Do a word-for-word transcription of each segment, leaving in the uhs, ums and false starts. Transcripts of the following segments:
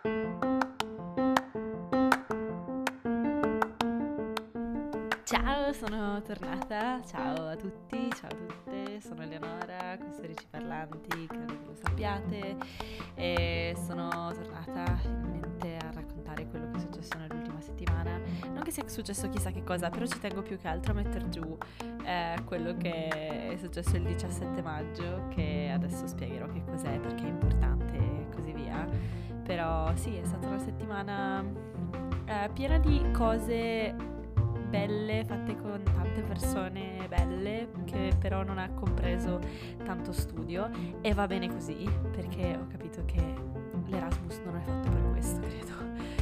Ciao, sono tornata. Ciao a tutti, ciao a tutte. Sono Eleonora, qui su Ricci Parlanti, credo che lo sappiate. E sono tornata finalmente a raccontare quello che è successo nell'ultima settimana. Non che sia successo chissà che cosa, però ci tengo più che altro a mettere giù eh, quello che è successo il diciassette maggio, che adesso spiegherò che cos'è, perché è importante e così via. Però sì, è stata una settimana eh, piena di cose belle, fatte con tante persone belle, che però non ha compreso tanto studio, e va bene così, perché ho capito che l'Erasmus non è fatto per questo, credo.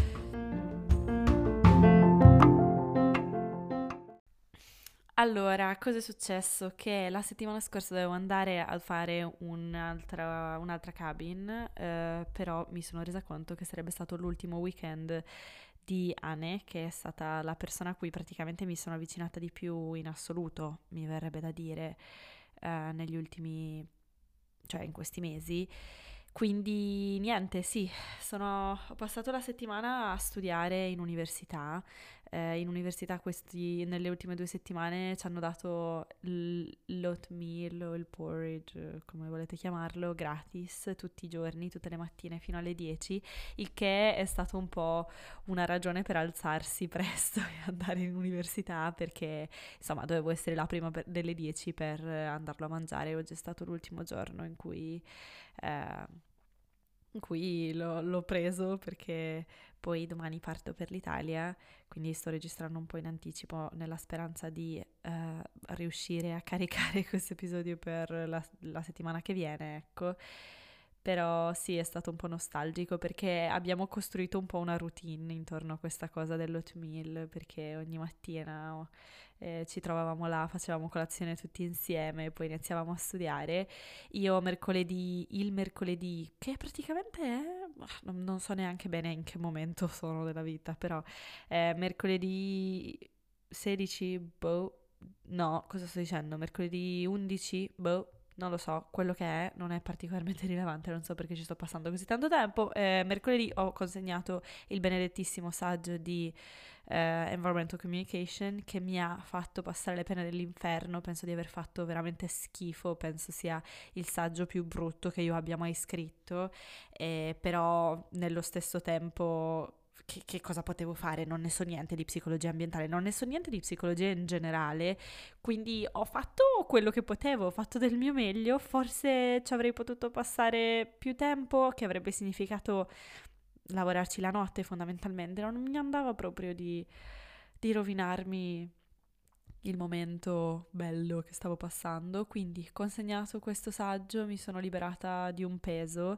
Allora, cosa è successo? Che la settimana scorsa dovevo andare a fare un'altra, un'altra cabin, eh, però mi sono resa conto che sarebbe stato l'ultimo weekend di Anne, che è stata la persona a cui praticamente mi sono avvicinata di più in assoluto, mi verrebbe da dire, eh, negli ultimi, cioè in questi mesi. Quindi niente, sì, sono, ho passato la settimana a studiare in università. Eh, in università questi, nelle ultime due settimane ci hanno dato l- l'oatmeal o il porridge, come volete chiamarlo, gratis tutti i giorni, tutte le mattine fino alle dieci, il che è stato un po' una ragione per alzarsi presto e andare in università, perché insomma dovevo essere la prima per- delle dieci per eh, andarlo a mangiare. Oggi è stato l'ultimo giorno in cui eh, in cui l'ho, l'ho preso, perché poi domani parto per l'Italia, quindi sto registrando un po' in anticipo nella speranza di eh, riuscire a caricare questo episodio per la, la settimana che viene, ecco. Però sì, è stato un po' nostalgico, perché abbiamo costruito un po' una routine intorno a questa cosa dell'oatmeal, perché ogni mattina oh, eh, ci trovavamo là, facevamo colazione tutti insieme, poi iniziavamo a studiare. Io mercoledì, il mercoledì, che praticamente è, non, non so neanche bene in che momento sono della vita, però eh, mercoledì sedici, boh, no, cosa sto dicendo? Mercoledì undici, boh, non lo so, quello che è non è particolarmente rilevante, non so perché ci sto passando così tanto tempo. Eh, mercoledì ho consegnato il benedettissimo saggio di eh, Environmental Communication, che mi ha fatto passare le pene dell'inferno. Penso di aver fatto veramente schifo, penso sia il saggio più brutto che io abbia mai scritto, eh, però nello stesso tempo che, che cosa potevo fare? Non ne so niente di psicologia ambientale, non ne so niente di psicologia in generale, quindi ho fatto quello che potevo, ho fatto del mio meglio. Forse ci avrei potuto passare più tempo, che avrebbe significato lavorarci la notte fondamentalmente. Non mi andava proprio di, di rovinarmi il momento bello che stavo passando, quindi consegnato questo saggio mi sono liberata di un peso,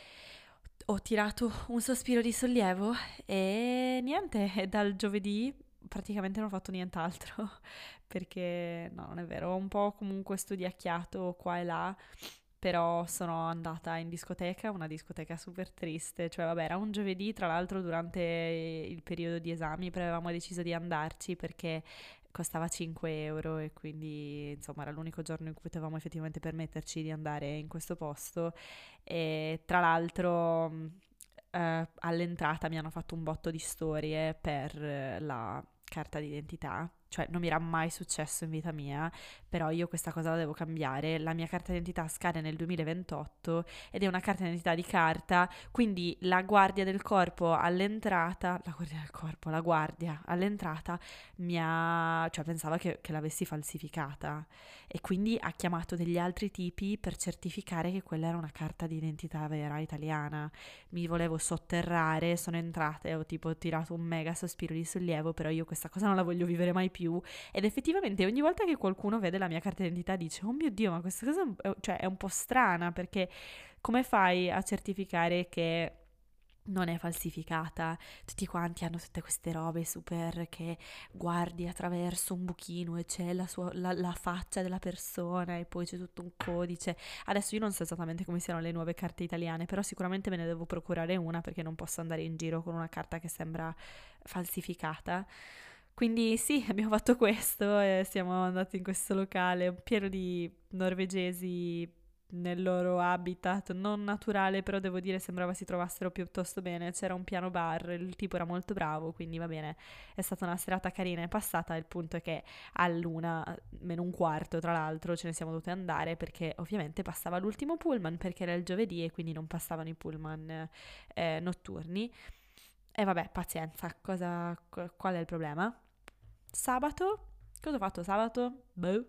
ho tirato un sospiro di sollievo e niente, e dal giovedì praticamente non ho fatto nient'altro, perché no, non è vero, ho un po' comunque studiacchiato qua e là, però sono andata in discoteca, una discoteca super triste, cioè vabbè, era un giovedì, tra l'altro durante il periodo di esami, però avevamo deciso di andarci perché costava cinque euro, e quindi insomma era l'unico giorno in cui potevamo effettivamente permetterci di andare in questo posto. E tra l'altro mh, eh, all'entrata mi hanno fatto un botto di storie per eh, la carta d'identità, cioè non mi era mai successo in vita mia, però io questa cosa la devo cambiare. La mia carta d'identità scade nel duemilaventotto ed è una carta d'identità di carta, quindi la guardia del corpo all'entrata, la guardia del corpo, la guardia all'entrata mi ha, cioè pensava che, che l'avessi falsificata, e quindi ha chiamato degli altri tipi per certificare che quella era una carta d'identità vera italiana. Mi volevo sotterrare, sono entrata e ho tipo tirato un mega sospiro di sollievo, però io questa cosa non la voglio vivere mai più. Ed effettivamente ogni volta che qualcuno vede la mia carta d'identità dice: oh mio Dio, ma questa cosa è un, cioè, è un po' strana, perché come fai a certificare che non è falsificata? Tutti quanti hanno tutte queste robe super che guardi attraverso un buchino e c'è la, sua, la, la faccia della persona e poi c'è tutto un codice. Adesso io non so esattamente come siano le nuove carte italiane, però sicuramente me ne devo procurare una, perché non posso andare in giro con una carta che sembra falsificata. Quindi sì, abbiamo fatto questo e siamo andati in questo locale pieno di norvegesi nel loro habitat non naturale, però devo dire sembrava si trovassero piuttosto bene. C'era un piano bar, il tipo era molto bravo, quindi va bene, è stata una serata carina e passata. Il punto è che all'una meno un quarto, tra l'altro, ce ne siamo dovute andare perché ovviamente passava l'ultimo pullman, perché era il giovedì e quindi non passavano i pullman eh, notturni. E vabbè, pazienza, cosa, qual è il problema? Sabato, cosa ho fatto sabato? Boh.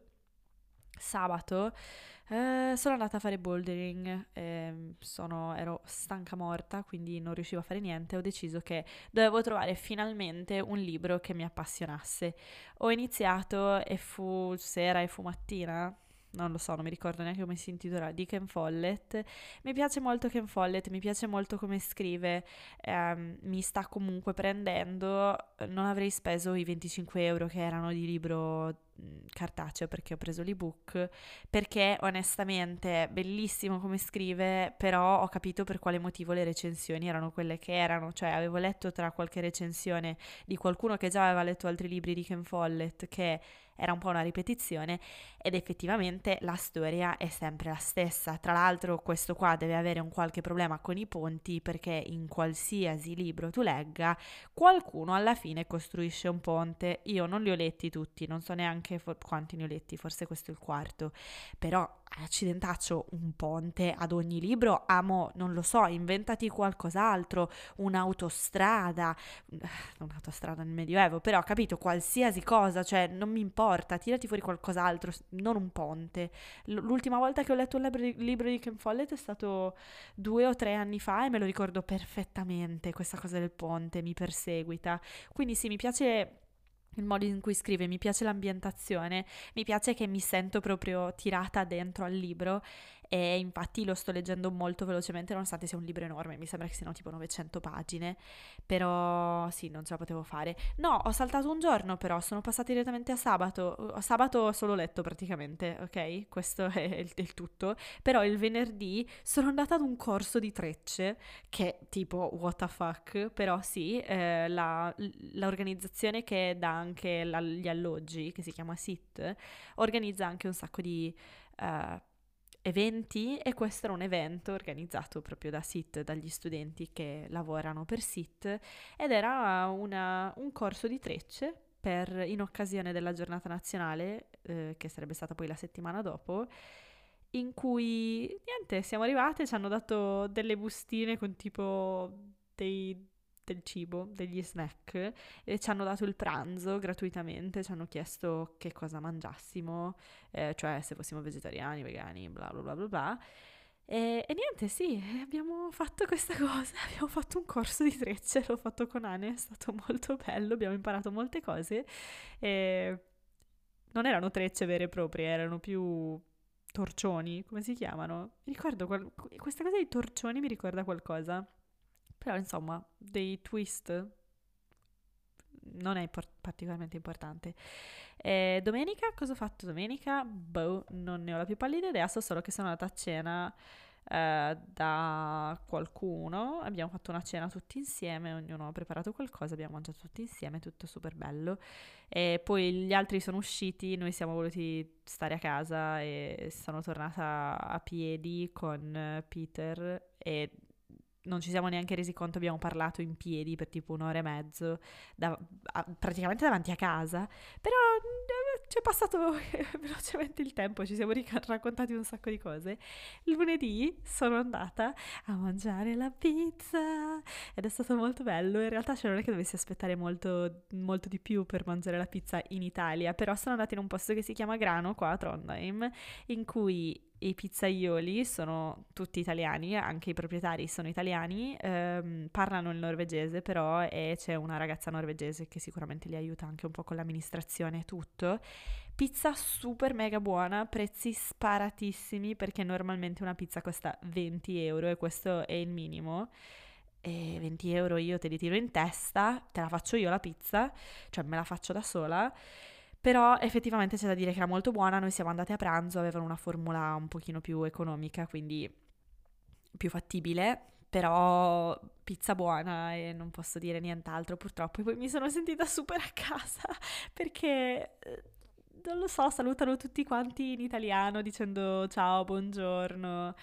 Sabato eh, sono andata a fare bouldering, ehm, sono- ero stanca morta, quindi non riuscivo a fare niente. Ho deciso che dovevo trovare finalmente un libro che mi appassionasse. Ho iniziato e fu sera e fu mattina. Non lo so, non mi ricordo neanche come si intitola, di Ken Follett. Mi piace molto Ken Follett, mi piace molto come scrive, ehm, mi sta comunque prendendo. Non avrei speso i venticinque euro che erano di libro mh, cartaceo, perché ho preso l'ebook, perché onestamente bellissimo come scrive, però ho capito per quale motivo le recensioni erano quelle che erano. Cioè avevo letto tra qualche recensione di qualcuno che già aveva letto altri libri di Ken Follett che era un po' una ripetizione, ed effettivamente la storia è sempre la stessa. Tra l'altro questo qua deve avere un qualche problema con i ponti, perché in qualsiasi libro tu legga qualcuno alla fine costruisce un ponte. Io non li ho letti tutti, non so neanche for- quanti ne ho letti, forse questo è il quarto, però accidentaccio, un ponte ad ogni libro. Amo, non lo so, inventati qualcos'altro, un'autostrada, un'autostrada nel Medioevo, però capito, qualsiasi cosa, cioè non mi importa, tirati fuori qualcos'altro, non un ponte. L- l'ultima volta che ho letto un libro di, libro di Ken Follett è stato due o tre anni fa e me lo ricordo perfettamente, questa cosa del ponte mi perseguita. Quindi sì, mi piace il modo in cui scrive, mi piace l'ambientazione, mi piace che mi sento proprio tirata dentro al libro, e infatti lo sto leggendo molto velocemente nonostante sia un libro enorme, mi sembra che siano tipo novecento pagine, però sì, non ce la potevo fare. No, ho saltato un giorno però, sono passata direttamente a sabato, sabato ho solo letto praticamente, ok? Questo è il, il tutto, però il venerdì sono andata ad un corso di trecce che tipo what the fuck, però sì, eh, la, l'organizzazione che dà anche la- gli alloggi, che si chiama S I T, organizza anche un sacco di eh, eventi, e questo era un evento organizzato proprio da S I T, dagli studenti che lavorano per S I T, ed era una- un corso di trecce per, in occasione della giornata nazionale, eh, che sarebbe stata poi la settimana dopo, in cui niente, siamo arrivate, ci hanno dato delle bustine con tipo dei, del cibo, degli snack, e ci hanno dato il pranzo gratuitamente, ci hanno chiesto che cosa mangiassimo, eh, cioè se fossimo vegetariani, vegani, bla bla bla bla bla. E, e niente, sì, abbiamo fatto questa cosa, abbiamo fatto un corso di trecce, l'ho fatto con Ane, è stato molto bello, abbiamo imparato molte cose, e non erano trecce vere e proprie, erano più torcioni, come si chiamano? Mi ricordo, qual- questa cosa dei torcioni mi ricorda qualcosa, però insomma, dei twist non è impor- particolarmente importante. E domenica, cosa ho fatto domenica? Boh, non ne ho la più pallida idea, so solo che sono andata a cena eh, da qualcuno, abbiamo fatto una cena tutti insieme, ognuno ha preparato qualcosa, abbiamo mangiato tutti insieme, tutto super bello. E poi gli altri sono usciti, noi siamo voluti stare a casa e sono tornata a piedi con eh, Peter, e non ci siamo neanche resi conto, abbiamo parlato in piedi per tipo un'ora e mezzo, da- a- praticamente davanti a casa, però eh, ci è passato velocemente il tempo, ci siamo ric- raccontati un sacco di cose. Il lunedì sono andata a mangiare la pizza ed è stato molto bello. In realtà cioè, non è che dovessi aspettare molto, molto di più per mangiare la pizza in Italia, però sono andata in un posto che si chiama Grano, qua a Trondheim, in cui i pizzaioli sono tutti italiani, anche i proprietari sono italiani, ehm, parlano il norvegese però, e c'è una ragazza norvegese che sicuramente li aiuta anche un po' con l'amministrazione e tutto. Pizza super mega buona, prezzi sparatissimi, perché normalmente una pizza costa venti euro e questo è il minimo. E venti euro io te li tiro in testa, te la faccio io la pizza, cioè me la faccio da sola. Però effettivamente c'è da dire che era molto buona, noi siamo andate a pranzo, avevano una formula un pochino più economica, quindi più fattibile, però pizza buona e non posso dire nient'altro purtroppo. E poi mi sono sentita super a casa perché eh, non lo so, salutano tutti quanti in italiano dicendo ciao, buongiorno.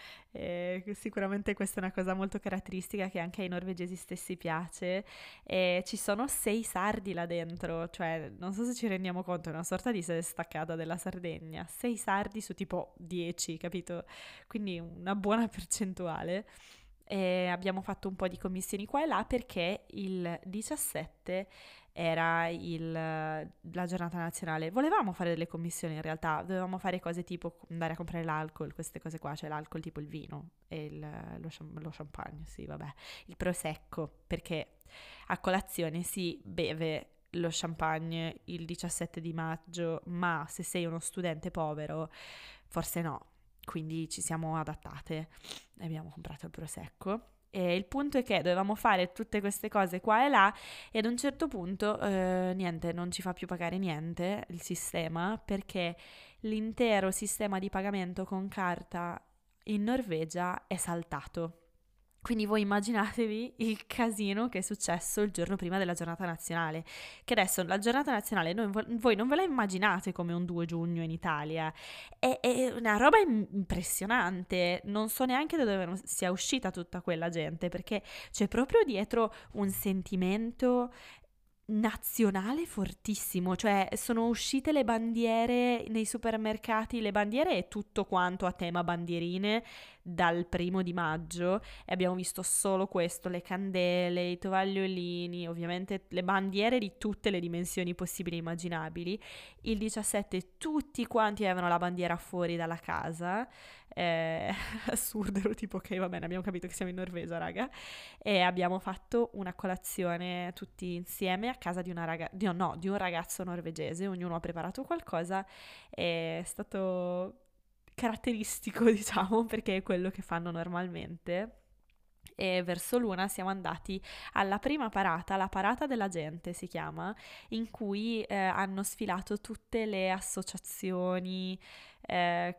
E sicuramente questa è una cosa molto caratteristica che anche ai norvegesi stessi piace. E ci sono sei sardi là dentro, cioè non so se ci rendiamo conto, è una sorta di sede staccata della Sardegna. Sei sardi su tipo dieci, capito? Quindi una buona percentuale. E abbiamo fatto un po' di commissioni qua e là perché il diciassette era il- la giornata nazionale. Volevamo fare delle commissioni in realtà, dovevamo fare cose tipo andare a comprare l'alcol, queste cose qua, cioè l'alcol tipo il vino e il- lo, cham- lo champagne, sì, vabbè, il prosecco, perché a colazione si beve lo champagne il diciassette di maggio, ma se sei uno studente povero, forse no. Quindi ci siamo adattate e abbiamo comprato il prosecco. E il punto è che dovevamo fare tutte queste cose qua e là e ad un certo punto eh, niente, non ci fa più pagare niente il sistema perché l'intero sistema di pagamento con carta in Norvegia è saltato. Quindi voi immaginatevi il casino che è successo il giorno prima della giornata nazionale, che adesso la giornata nazionale noi, voi non ve la immaginate come un due giugno in Italia, è, è una roba impressionante, non so neanche da dove sia uscita tutta quella gente, perché c'è proprio dietro un sentimento nazionale fortissimo, cioè sono uscite le bandiere nei supermercati, le bandiere e tutto quanto a tema bandierine dal primo di maggio e abbiamo visto solo questo, le candele, i tovagliolini, ovviamente le bandiere di tutte le dimensioni possibili e immaginabili. Il diciassette tutti quanti avevano la bandiera fuori dalla casa, eh, assurdo, ero tipo ok va bene abbiamo capito che siamo in Norvegia raga e abbiamo fatto una colazione tutti insieme a casa di una ragazza, di, no, di un ragazzo norvegese, ognuno ha preparato qualcosa, è stato caratteristico diciamo perché è quello che fanno normalmente. E verso l'una siamo andati alla prima parata, la parata della gente si chiama, in cui eh, hanno sfilato tutte le associazioni, eh,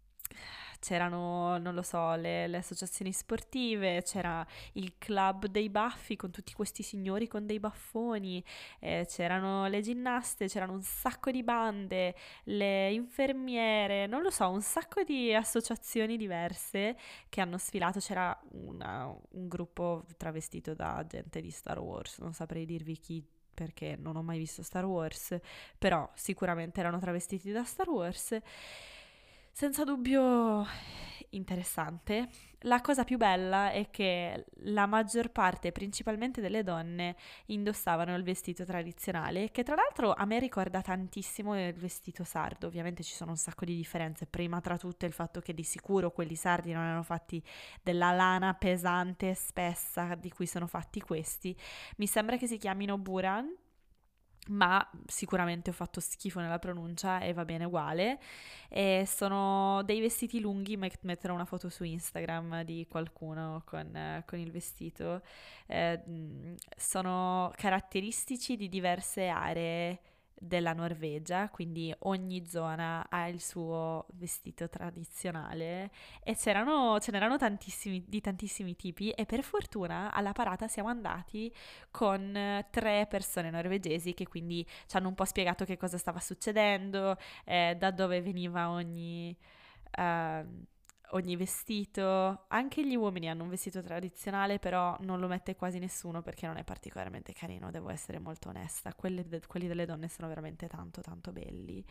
c'erano, non lo so, le, le associazioni sportive, c'era il club dei baffi con tutti questi signori con dei baffoni, eh, c'erano le ginnaste, c'erano un sacco di bande, le infermiere, non lo so, un sacco di associazioni diverse che hanno sfilato, c'era una- un gruppo travestito da gente di Star Wars, non saprei dirvi chi perché non ho mai visto Star Wars, però sicuramente erano travestiti da Star Wars. Senza dubbio interessante. La cosa più bella è che la maggior parte, principalmente delle donne, indossavano il vestito tradizionale, che tra l'altro a me ricorda tantissimo il vestito sardo. Ovviamente ci sono un sacco di differenze. Prima tra tutte il fatto che di sicuro quelli sardi non erano fatti della lana pesante e spessa di cui sono fatti questi. Mi sembra che si chiamino buran, ma sicuramente ho fatto schifo nella pronuncia e va bene uguale. E sono dei vestiti lunghi, met- metterò una foto su Instagram di qualcuno con, eh, con il vestito. Eh, mh, sono caratteristici di diverse aree della Norvegia, quindi ogni zona ha il suo vestito tradizionale e c'erano, ce n'erano tantissimi, di tantissimi tipi e per fortuna alla parata siamo andati con eh, tre persone norvegesi che quindi ci hanno un po' spiegato che cosa stava succedendo, eh, da dove veniva ogni, ehm, ogni vestito. Anche gli uomini hanno un vestito tradizionale, però non lo mette quasi nessuno perché non è particolarmente carino, devo essere molto onesta. Quelli, de- quelli delle donne sono veramente tanto, tanto belli.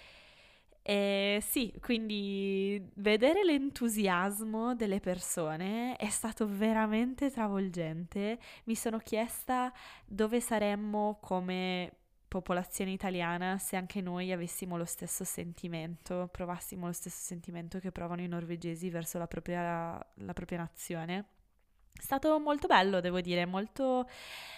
E sì, quindi vedere l'entusiasmo delle persone è stato veramente travolgente. Mi sono chiesta dove saremmo come popolazione italiana se anche noi avessimo lo stesso sentimento, provassimo lo stesso sentimento che provano i norvegesi verso la propria, la propria nazione. È stato molto bello, devo dire, molto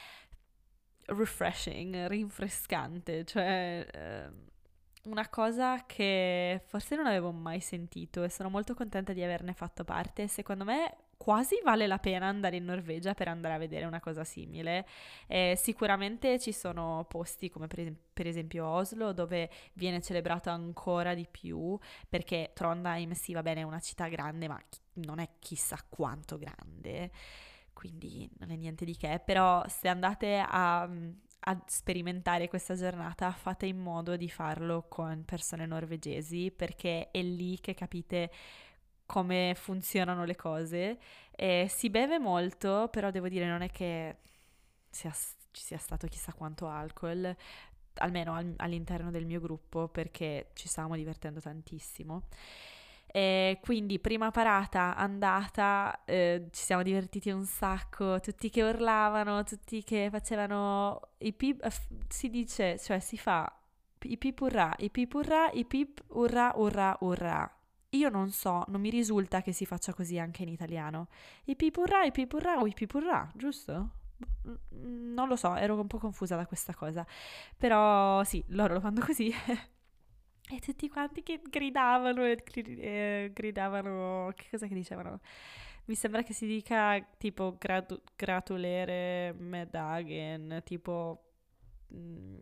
refreshing, rinfrescante, cioè eh, una cosa che forse non avevo mai sentito e sono molto contenta di averne fatto parte. Secondo me quasi vale la pena andare in Norvegia per andare a vedere una cosa simile. Eh, sicuramente ci sono posti come per, es- per esempio Oslo dove viene celebrato ancora di più perché Trondheim sì va bene è una città grande ma chi- non è chissà quanto grande quindi non è niente di che, però se andate a, a sperimentare questa giornata, fate in modo di farlo con persone norvegesi, perché è lì che capite come funzionano le cose. Eh, si beve molto, però devo dire non è che sia, ci sia stato chissà quanto alcol, almeno al, all'interno del mio gruppo, perché ci stavamo divertendo tantissimo. E quindi prima parata andata, eh, ci siamo divertiti un sacco, tutti che urlavano, tutti che facevano i pip, eh, si dice, cioè si fa i pip urrà, i pip urrà, i pip urrà urrà urrà. Io non so, non mi risulta che si faccia così anche in italiano. I pip urrà, i pip urrà o i pip urrà, giusto? Non lo so, ero un po' confusa da questa cosa. Però sì, loro lo fanno così. E tutti quanti che gridavano e gri- eh, gridavano, che cosa che dicevano? Mi sembra che si dica tipo gradu- gratulere Medagen, tipo mm,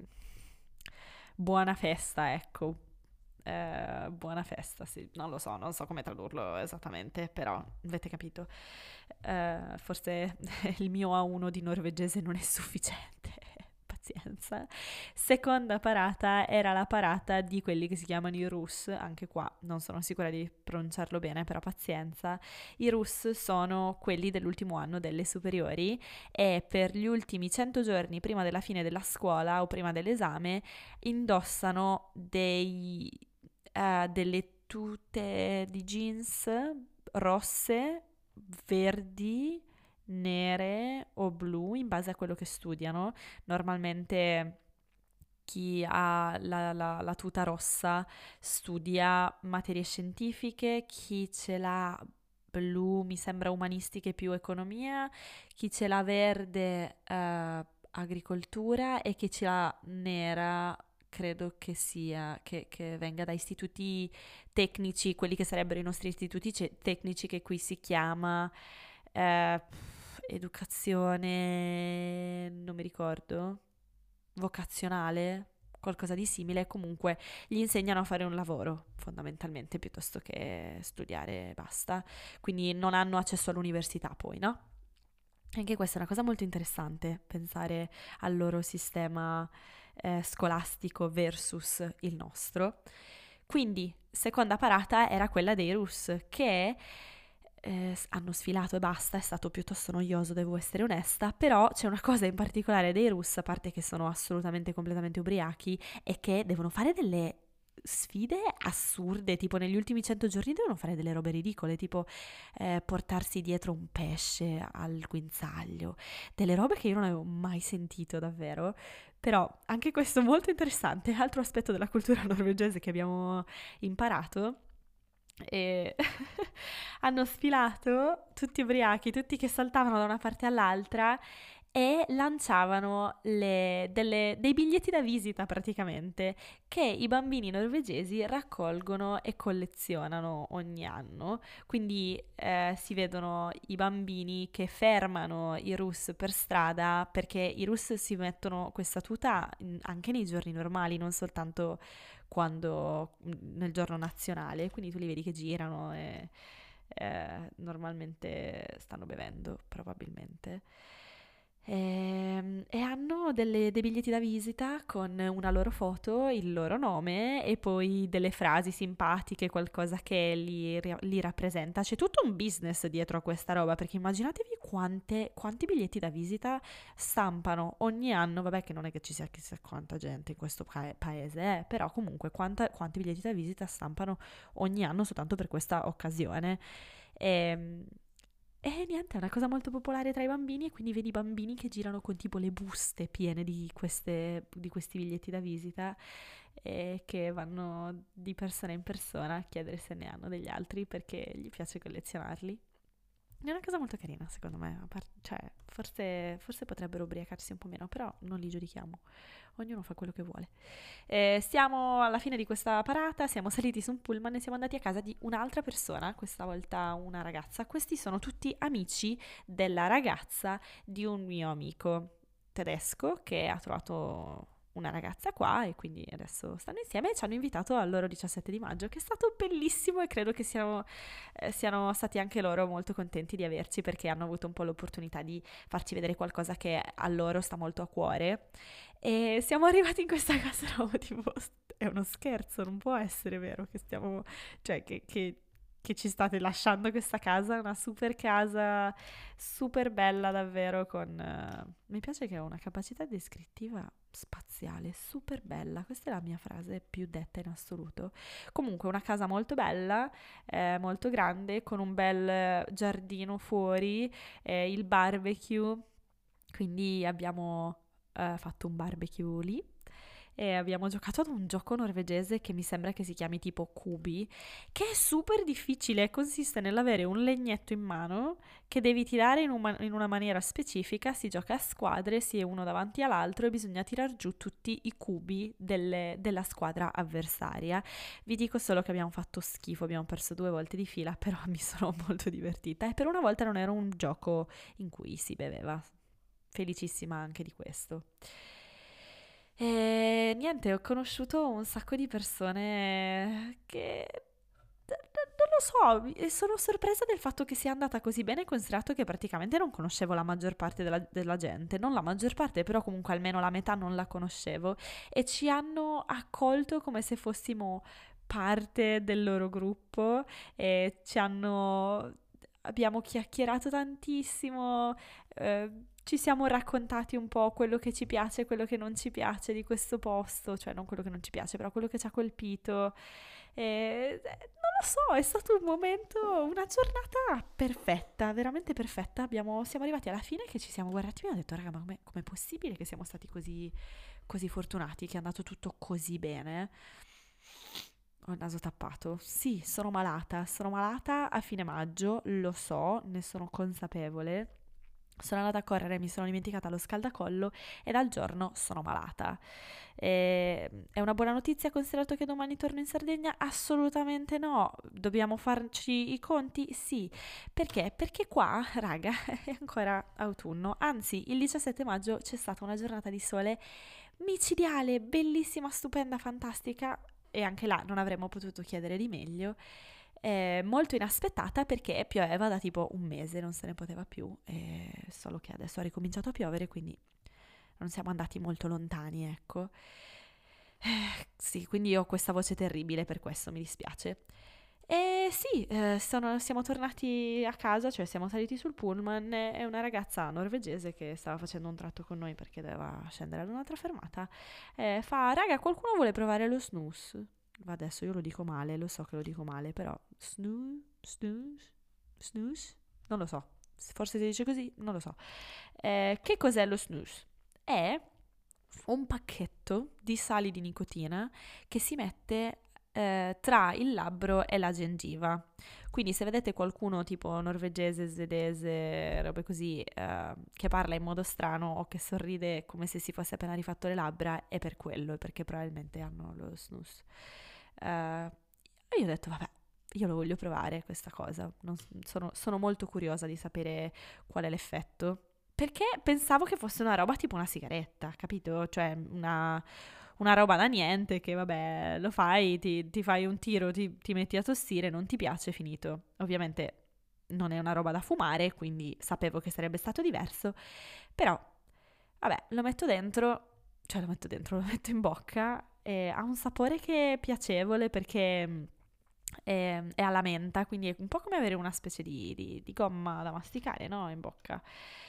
buona festa, ecco. Eh, buona festa, sì, non lo so, non so come tradurlo esattamente, però avete capito. Eh, forse il mio A uno di norvegese non è sufficiente. Pazienza. Seconda parata era la parata di quelli che si chiamano i Rus, anche qua non sono sicura di pronunciarlo bene, però pazienza. I Rus sono quelli dell'ultimo anno delle superiori e per gli ultimi cento giorni prima della fine della scuola o prima dell'esame indossano dei, eh, delle tute di jeans rosse, verdi, nere o blu in base a quello che studiano. Normalmente chi ha la, la- la tuta rossa studia materie scientifiche, chi ce l'ha blu mi sembra umanistiche più economia, chi ce l'ha verde eh, agricoltura e chi ce l'ha nera credo che sia che, che venga da istituti tecnici, quelli che sarebbero i nostri istituti ce- tecnici che qui si chiama eh, educazione, non mi ricordo, vocazionale, qualcosa di simile, comunque gli insegnano a fare un lavoro fondamentalmente piuttosto che studiare e basta, quindi non hanno accesso all'università poi, no? Anche questa è una cosa molto interessante, pensare al loro sistema eh, scolastico versus il nostro. Quindi, seconda parata era quella dei Rus, che eh, hanno sfilato e basta, è stato piuttosto noioso, devo essere onesta, però c'è una cosa in particolare dei Rus, a parte che sono assolutamente completamente ubriachi, è che devono fare delle sfide assurde, tipo negli ultimi cento giorni devono fare delle robe ridicole, tipo eh, portarsi dietro un pesce al guinzaglio, delle robe che io non avevo mai sentito davvero, però anche questo molto interessante, altro aspetto della cultura norvegese che abbiamo imparato e hanno sfilato tutti ubriachi, tutti che saltavano da una parte all'altra e lanciavano le- delle- dei biglietti da visita praticamente che i bambini norvegesi raccolgono e collezionano ogni anno. Quindi eh, si vedono i bambini che fermano i Rus per strada perché i Rus si mettono questa tuta in- anche nei giorni normali, non soltanto quando nel giorno nazionale, quindi tu li vedi che girano e eh, normalmente stanno bevendo probabilmente. E, e hanno delle- dei biglietti da visita con una loro foto, il loro nome e poi delle frasi simpatiche, qualcosa che li, ri- li rappresenta. C'è tutto un business dietro a questa roba, perché immaginatevi quante- quanti biglietti da visita stampano ogni anno. Vabbè, che non è che ci sia chissà quanta gente in questo pa- paese, eh, però comunque quanta- quanti biglietti da visita stampano ogni anno soltanto per questa occasione. E, e niente, è una cosa molto popolare tra i bambini e quindi vedi i bambini che girano con tipo le buste piene di, queste, di questi biglietti da visita e che vanno di persona in persona a chiedere se ne hanno degli altri perché gli piace collezionarli. È una cosa molto carina, secondo me. a par- cioè, forse, forse potrebbero ubriacarsi un po' meno, però non li giudichiamo. Ognuno fa quello che vuole. Eh, siamo alla fine di questa parata, siamo saliti su un pullman e siamo andati a casa di un'altra persona, questa volta una ragazza. Questi sono tutti amici della ragazza di un mio amico tedesco che ha trovato una ragazza qua e quindi adesso stanno insieme e ci hanno invitato al loro diciassette di maggio, che è stato bellissimo e credo che siano, eh, siano stati anche loro molto contenti di averci perché hanno avuto un po' l'opportunità di farci vedere qualcosa che a loro sta molto a cuore. E siamo arrivati in questa casa, eravamo tipo, è uno scherzo, non può essere vero che stiamo, cioè che, che che ci state lasciando questa casa, una super casa, super bella davvero, con... eh, mi piace che ha una capacità descrittiva spaziale, super bella, questa è la mia frase più detta in assoluto. Comunque una casa molto bella, eh, molto grande, con un bel giardino fuori, eh, il barbecue, quindi abbiamo eh, fatto un barbecue lì e abbiamo giocato ad un gioco norvegese che mi sembra che si chiami tipo Cubi, che è super difficile, consiste nell'avere un legnetto in mano che devi tirare in, un ma- in una maniera specifica, si gioca a squadre, si è uno davanti all'altro e bisogna tirar giù tutti i cubi delle- della squadra avversaria. Vi dico solo che abbiamo fatto schifo, abbiamo perso due volte di fila, però mi sono molto divertita e per una volta non era un gioco in cui si beveva. Felicissima anche di questo. E niente, ho conosciuto un sacco di persone che d- d- non lo so, e sono sorpresa del fatto che sia andata così bene, considerato che praticamente non conoscevo la maggior parte della, della gente, non la maggior parte, però comunque almeno la metà non la conoscevo e ci hanno accolto come se fossimo parte del loro gruppo e ci hanno abbiamo chiacchierato tantissimo, eh, ci siamo raccontati un po' quello che ci piace e quello che non ci piace di questo posto, cioè non quello che non ci piace, però quello che ci ha colpito. E, eh, non lo so, è stato un momento, una giornata perfetta, veramente perfetta. Abbiamo, siamo arrivati alla fine che ci siamo guardati e abbiamo detto, raga, ma com'è, com'è possibile che siamo stati così, così fortunati, che è andato tutto così bene? Ho il naso tappato. Sì, sono malata. Sono malata a fine maggio, lo so, ne sono consapevole. Sono andata a correre, mi sono dimenticata lo scaldacollo e dal giorno sono malata. E è una buona notizia considerato che domani torno in Sardegna? Assolutamente no. Dobbiamo farci i conti? Sì. Perché? Perché qua, raga, è ancora autunno. Anzi, il diciassette maggio c'è stata una giornata di sole micidiale, bellissima, stupenda, fantastica e anche là non avremmo potuto chiedere di meglio. Eh, molto inaspettata perché pioveva da tipo un mese, non se ne poteva più, e solo che adesso ha ricominciato a piovere, quindi non siamo andati molto lontani, ecco. Eh, sì, quindi ho questa voce terribile per questo, mi dispiace. E sì, eh, sono- siamo tornati a casa, cioè siamo saliti sul pullman e una ragazza norvegese che stava facendo un tratto con noi perché doveva scendere ad un'altra fermata, eh, fa, raga, qualcuno vuole provare lo snus? Va, adesso io lo dico male, lo so che lo dico male, però snus, snus, snus? Non lo so, forse si dice così, non lo so. Eh, che cos'è lo snus? È un pacchetto di sali di nicotina che si mette eh, tra il labbro e la gengiva. Quindi se vedete qualcuno tipo norvegese, svedese, robe così, eh, che parla in modo strano o che sorride come se si fosse appena rifatto le labbra, è per quello, è perché probabilmente hanno lo snus. Eh, e io ho detto, vabbè, io lo voglio provare questa cosa, non- sono, sono molto curiosa di sapere qual è l'effetto. Perché pensavo che fosse una roba tipo una sigaretta, capito? Cioè una, una roba da niente che vabbè, lo fai, ti, ti fai un tiro, ti, ti metti a tossire, non ti piace, finito. Ovviamente non è una roba da fumare, quindi sapevo che sarebbe stato diverso, però vabbè, lo metto dentro, cioè lo metto dentro, lo metto in bocca e ha un sapore che è piacevole perché mm, è, è alla menta, quindi è un po' come avere una specie di, di- di gomma da masticare, no? In bocca.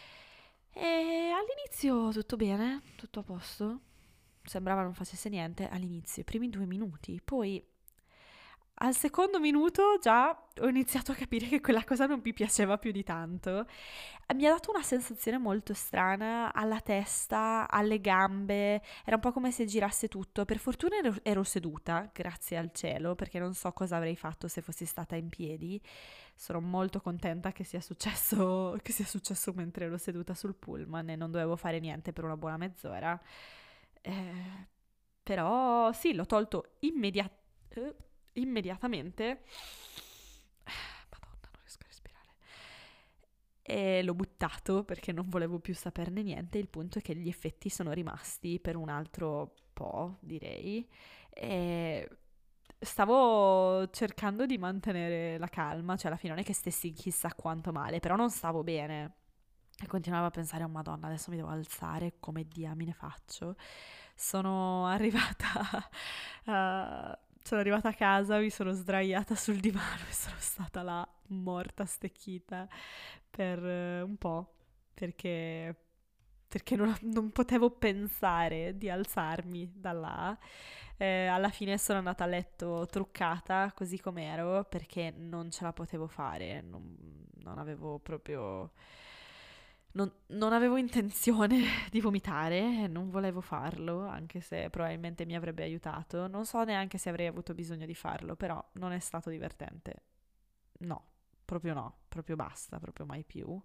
E all'inizio tutto bene, tutto a posto. Sembrava non facesse niente all'inizio, i primi due minuti. Poi al secondo minuto già ho iniziato a capire che quella cosa non mi piaceva più di tanto. Mi ha dato una sensazione molto strana alla testa, alle gambe, era un po' come se girasse tutto. Per fortuna ero, ero seduta, grazie al cielo, perché non so cosa avrei fatto se fossi stata in piedi. Sono molto contenta che sia successo, che sia successo mentre ero seduta sul pullman e non dovevo fare niente per una buona mezz'ora. Eh, però sì, l'ho tolto immediatamente immediatamente. Madonna, non riesco a respirare. e l'ho buttato perché non volevo più saperne niente. Il punto è che gli effetti sono rimasti per un altro po', direi, e stavo cercando di mantenere la calma, cioè alla fine non è che stessi chissà quanto male, però non stavo bene. E continuavo a pensare, oh Madonna, adesso mi devo alzare, come diamine faccio? Sono arrivata a, sono arrivata a casa, mi sono sdraiata sul divano e sono stata là morta, stecchita per eh, un po', perché, perché non, non potevo pensare di alzarmi da là. Eh, alla fine sono andata a letto truccata così com'ero perché non ce la potevo fare, non, non avevo proprio... Non, non avevo intenzione di vomitare, e non volevo farlo, anche se probabilmente mi avrebbe aiutato. Non so neanche se avrei avuto bisogno di farlo, però non è stato divertente. No, proprio no, proprio basta, proprio mai più.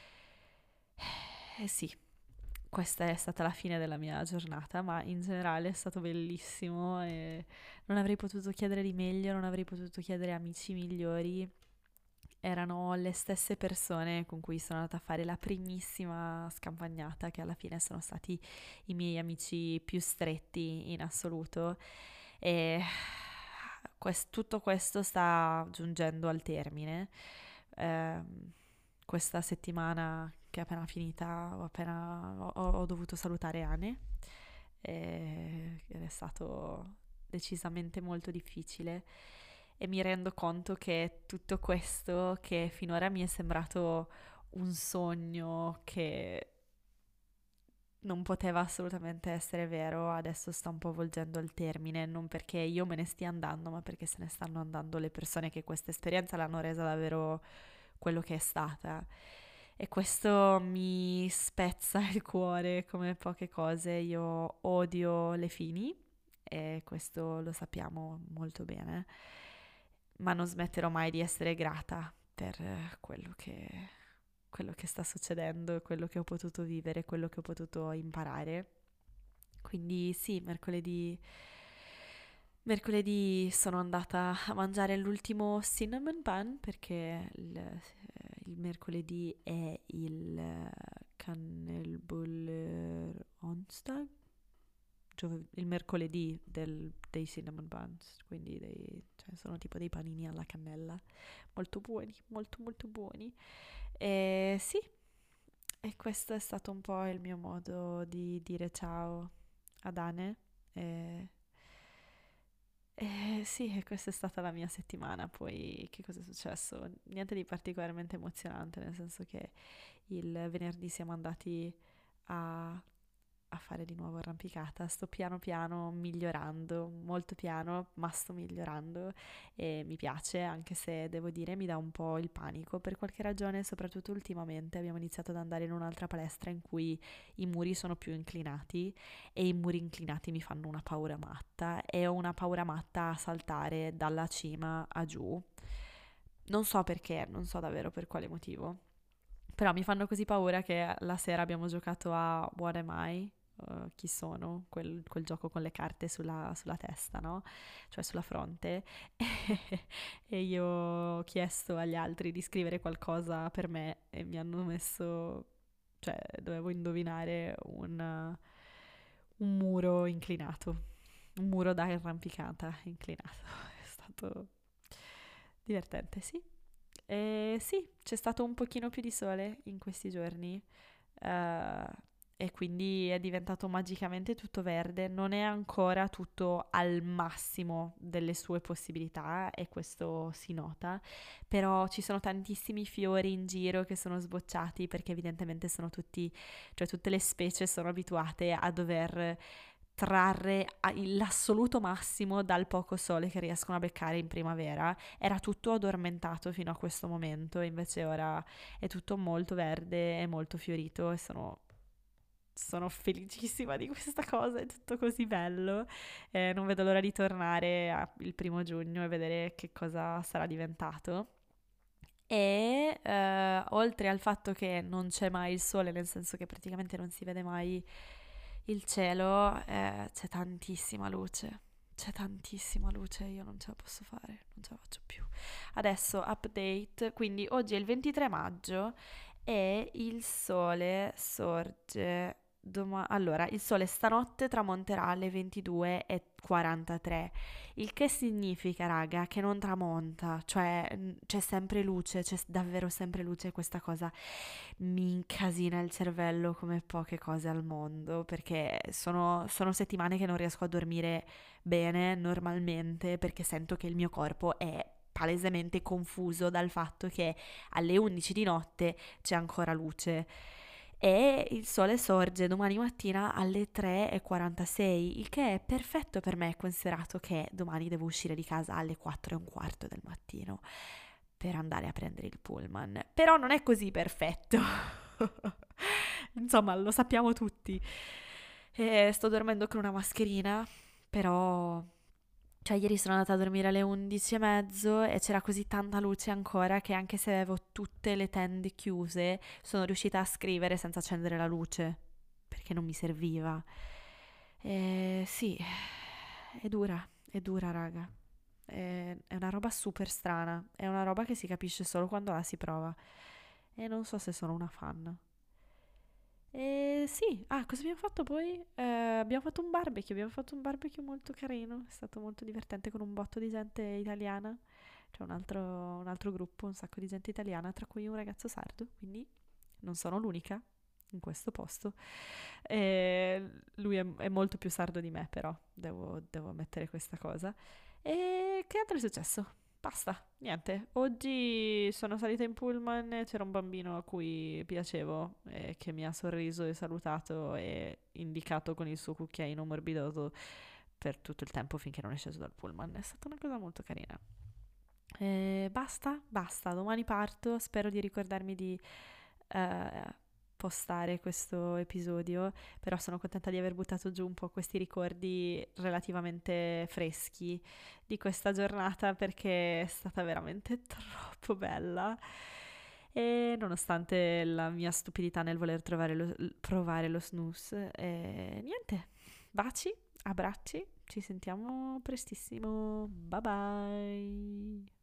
Eh sì, questa è stata la fine della mia giornata, ma in generale è stato bellissimo e non avrei potuto chiedere di meglio, non avrei potuto chiedere amici migliori. Erano le stesse persone con cui sono andata a fare la primissima scampagnata, che alla fine sono stati i miei amici più stretti in assoluto. E quest- tutto questo sta giungendo al termine. Ehm, Questa settimana che è appena finita ho, appena, ho, ho dovuto salutare Ane e- ed è stato decisamente molto difficile e mi rendo conto che tutto questo che finora mi è sembrato un sogno che non poteva assolutamente essere vero, adesso sta un po' volgendo al termine, non perché io me ne stia andando, ma perché se ne stanno andando le persone che questa esperienza l'hanno resa davvero quello che è stata. E questo mi spezza il cuore come poche cose. Io odio le fini e questo lo sappiamo molto bene, ma non smetterò mai di essere grata per eh, quello che, quello che sta succedendo, quello che ho potuto vivere, quello che ho potuto imparare. Quindi sì, mercoledì, mercoledì sono andata a mangiare l'ultimo cinnamon bun perché il, eh, il mercoledì è il eh, Kanelbuller Onsdag, giove- il mercoledì del- dei cinnamon buns, quindi dei- cioè sono tipo dei panini alla cannella, molto buoni, molto molto buoni. E sì, e questo è stato un po' il mio modo di dire ciao ad Ane. E, e sì, e questa è stata la mia settimana. Poi che cosa è successo? Niente di particolarmente emozionante, nel senso che il venerdì siamo andati a a fare di nuovo arrampicata. Sto piano piano migliorando, molto piano, ma sto migliorando e mi piace, anche se devo dire mi dà un po' il panico per qualche ragione, soprattutto ultimamente abbiamo iniziato ad andare in un'altra palestra in cui i muri sono più inclinati e i muri inclinati mi fanno una paura matta e ho una paura matta a saltare dalla cima a giù. Non so perché, non so davvero per quale motivo. Però mi fanno così paura che la sera abbiamo giocato a What Am I? Uh, chi sono? Quel, quel gioco con le carte sulla, sulla testa, no? Cioè sulla fronte. E io ho chiesto agli altri di scrivere qualcosa per me e mi hanno messo, cioè dovevo indovinare un, un muro inclinato, un muro da arrampicata inclinato. È stato divertente, sì. E sì, c'è stato un pochino più di sole in questi giorni, eh, e quindi è diventato magicamente tutto verde. Non è ancora tutto al massimo delle sue possibilità e questo si nota, però ci sono tantissimi fiori in giro che sono sbocciati perché evidentemente sono tutti, cioè tutte le specie sono abituate a dover trarre l'assoluto massimo dal poco sole che riescono a beccare in primavera. Era tutto addormentato fino a questo momento, invece ora è tutto molto verde e molto fiorito e sono, sono felicissima di questa cosa, è tutto così bello. Eh, non vedo l'ora di tornare a- il primo giugno e vedere che cosa sarà diventato. E eh, oltre al fatto che non c'è mai il sole, nel senso che praticamente non si vede mai il cielo, eh, c'è tantissima luce. C'è tantissima luce, io non ce la posso fare, non ce la faccio più. Adesso update, quindi oggi è il ventitré maggio e il sole sorge doma- allora, il sole stanotte tramonterà alle ventidue e quarantatré, il che significa, raga, che non tramonta, cioè n- c'è sempre luce, c'è s- davvero sempre luce. Questa cosa mi incasina il cervello come poche cose al mondo, perché sono, sono settimane che non riesco a dormire bene normalmente, perché sento che il mio corpo è palesemente confuso dal fatto che alle undici di notte c'è ancora luce e il sole sorge domani mattina alle tre e quarantasei, il che è perfetto per me, considerato che domani devo uscire di casa alle quattro e un quarto del mattino per andare a prendere il pullman. Però non è così perfetto. Insomma, lo sappiamo tutti. E sto dormendo con una mascherina, però cioè, ieri sono andata a dormire alle undici e mezzo e c'era così tanta luce ancora che anche se avevo tutte le tende chiuse, sono riuscita a scrivere senza accendere la luce, perché non mi serviva. E sì, è dura, è dura, raga. È, è una roba super strana, è una roba che si capisce solo quando la si prova. E non so se sono una fan. E sì, ah, cosa abbiamo fatto poi? Eh, abbiamo fatto un barbecue, abbiamo fatto un barbecue molto carino, è stato molto divertente con un botto di gente italiana, c'è un altro, un altro gruppo, un sacco di gente italiana, tra cui un ragazzo sardo, quindi non sono l'unica in questo posto. E lui è, è molto più sardo di me, però devo, devo ammettere questa cosa. E che altro è successo? Basta, niente. Oggi sono salita in pullman e c'era un bambino a cui piacevo e che mi ha sorriso e salutato e indicato con il suo cucchiaino morbidoso per tutto il tempo finché non è sceso dal pullman. È stata una cosa molto carina. E basta, basta. Domani parto. Spero di ricordarmi di eh, postare questo episodio, però sono contenta di aver buttato giù un po' questi ricordi relativamente freschi di questa giornata perché è stata veramente troppo bella. E nonostante la mia stupidità nel voler trovare lo- provare lo snooze, e niente, baci, abbracci, ci sentiamo prestissimo. Bye bye.